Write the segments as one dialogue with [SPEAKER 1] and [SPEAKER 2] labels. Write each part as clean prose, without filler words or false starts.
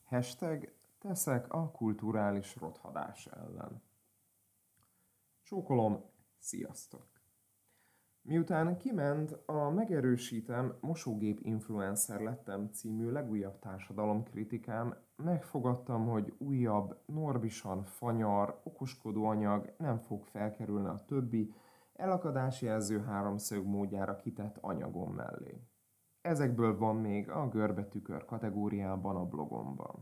[SPEAKER 1] Hashtag teszek a kulturális rothadás ellen. Csókolom, sziasztok! Miután kiment a Megerősítem, mosógép influencer lettem című legújabb társadalomkritikám, megfogadtam, hogy újabb, norbisan fanyar, okoskodó anyag nem fog felkerülni a többi, elakadási jelző háromszög módjára kitett anyagom mellé. Ezekből van még a görbetükör kategóriában a blogomban.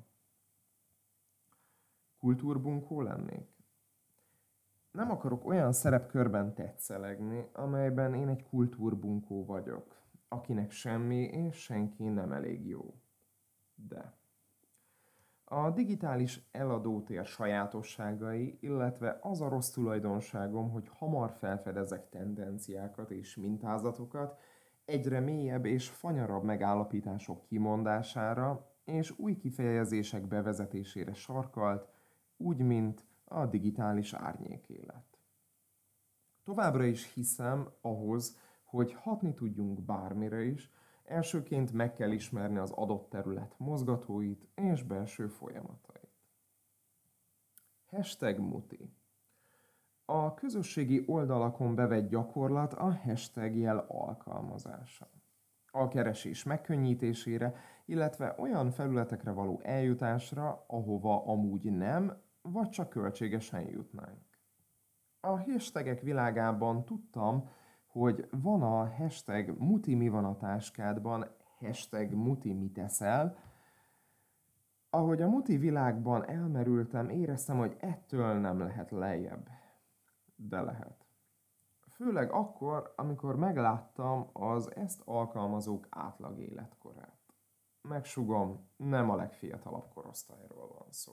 [SPEAKER 1] Kultúrbunkó lennék? Nem akarok olyan szerepkörben tetszelegni, amelyben én egy kultúrbunkó vagyok, akinek semmi és senki nem elég jó. De a digitális eladótér sajátosságai, illetve az a rossz tulajdonságom, hogy hamar felfedezek tendenciákat és mintázatokat, egyre mélyebb és fanyarabb megállapítások kimondására és új kifejezések bevezetésére sarkalt, úgy, mint a digitális árnyékélet. Továbbra is hiszem ahhoz, hogy hatni tudjunk bármire is, elsőként meg kell ismerni az adott terület mozgatóit és belső folyamatait. Hashtag muti. A közösségi oldalakon bevett gyakorlat a hashtag jel alkalmazása. A keresés megkönnyítésére, illetve olyan felületekre való eljutásra, ahova amúgy nem, vagy csak költségesen jutnánk. A hashtagek világában tudtam, hogy van a hashtag muti mi van a táskádban, hashtag muti mit teszel. Ahogy a muti világban elmerültem, éreztem, hogy ettől nem lehet lejjebb. De lehet. Főleg akkor, amikor megláttam az ezt alkalmazók átlag életkorát. Megsugom, nem a legfiatalabb korosztályról van szó.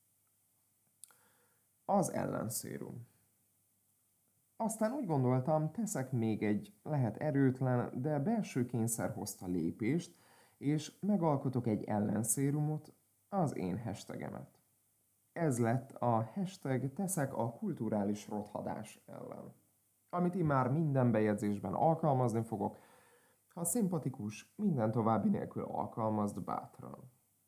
[SPEAKER 1] Az ellenszérum. Aztán úgy gondoltam, teszek még egy, lehet erőtlen, de belső kényszer hozta lépést, és megalkotok egy ellenszérumot, az én hashtagemet. Ez lett a hashtag teszek a kulturális rothadás ellen, amit immár minden bejegyzésben alkalmazni fogok, ha szimpatikus, minden további nélkül alkalmazd bátran.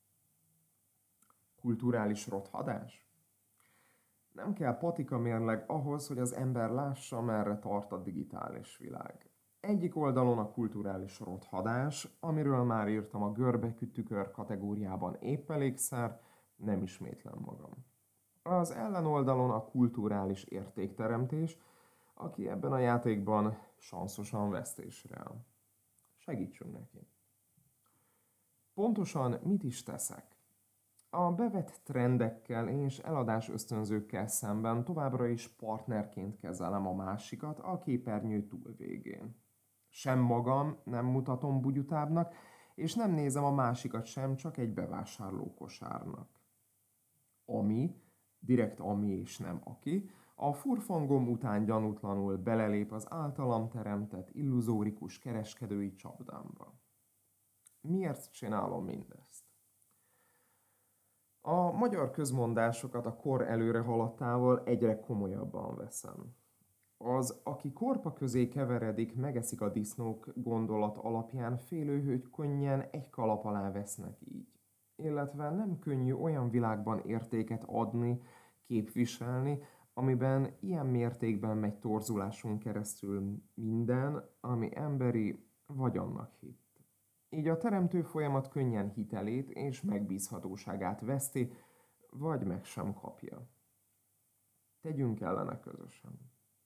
[SPEAKER 1] Kulturális rothadás? Nem kell patika mérleg ahhoz, hogy az ember lássa, merre tart a digitális világ. Egyik oldalon a kulturális rothadás, amiről már írtam a görbetükör kategóriában épp elégszer, nem ismétlem magam. Az ellenoldalon a kulturális értékteremtés, aki ebben a játékban sanszosan vesztésre áll. Segítsünk neki. Pontosan mit is teszek? A bevett trendekkel és eladás ösztönzőkkel szemben továbbra is partnerként kezelem a másikat a képernyő túlvégén. Sem magam nem mutatom bugyutábbnak, és nem nézem a másikat sem csak egy bevásárlókosárnak. Ami, direkt ami és nem aki, a furfangom után gyanútlanul belelép az általam teremtett illuzórikus kereskedői csapdámba. Miért csinálom mindezt? A magyar közmondásokat a kor előre haladtával egyre komolyabban veszem. Az, aki korpa közé keveredik, megeszik a disznók gondolat alapján félő, hogy könnyen egy kalap alá vesznek így. Illetve nem könnyű olyan világban értéket adni, képviselni, amiben ilyen mértékben megy torzuláson keresztül minden, ami emberi vagy annak hitt. Így a teremtő folyamat könnyen hitelét és megbízhatóságát veszti, vagy meg sem kapja. Tegyünk ellene közösen.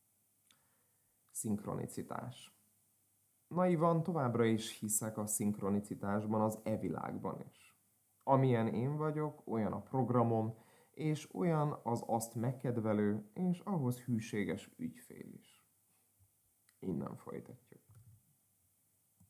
[SPEAKER 1] Szinkronicitás. Naivan továbbra is hiszek a szinkronicitásban az e-világban is. Amilyen én vagyok, olyan a programom, és olyan az azt megkedvelő és ahhoz hűséges ügyfél is. Innen folytatjuk.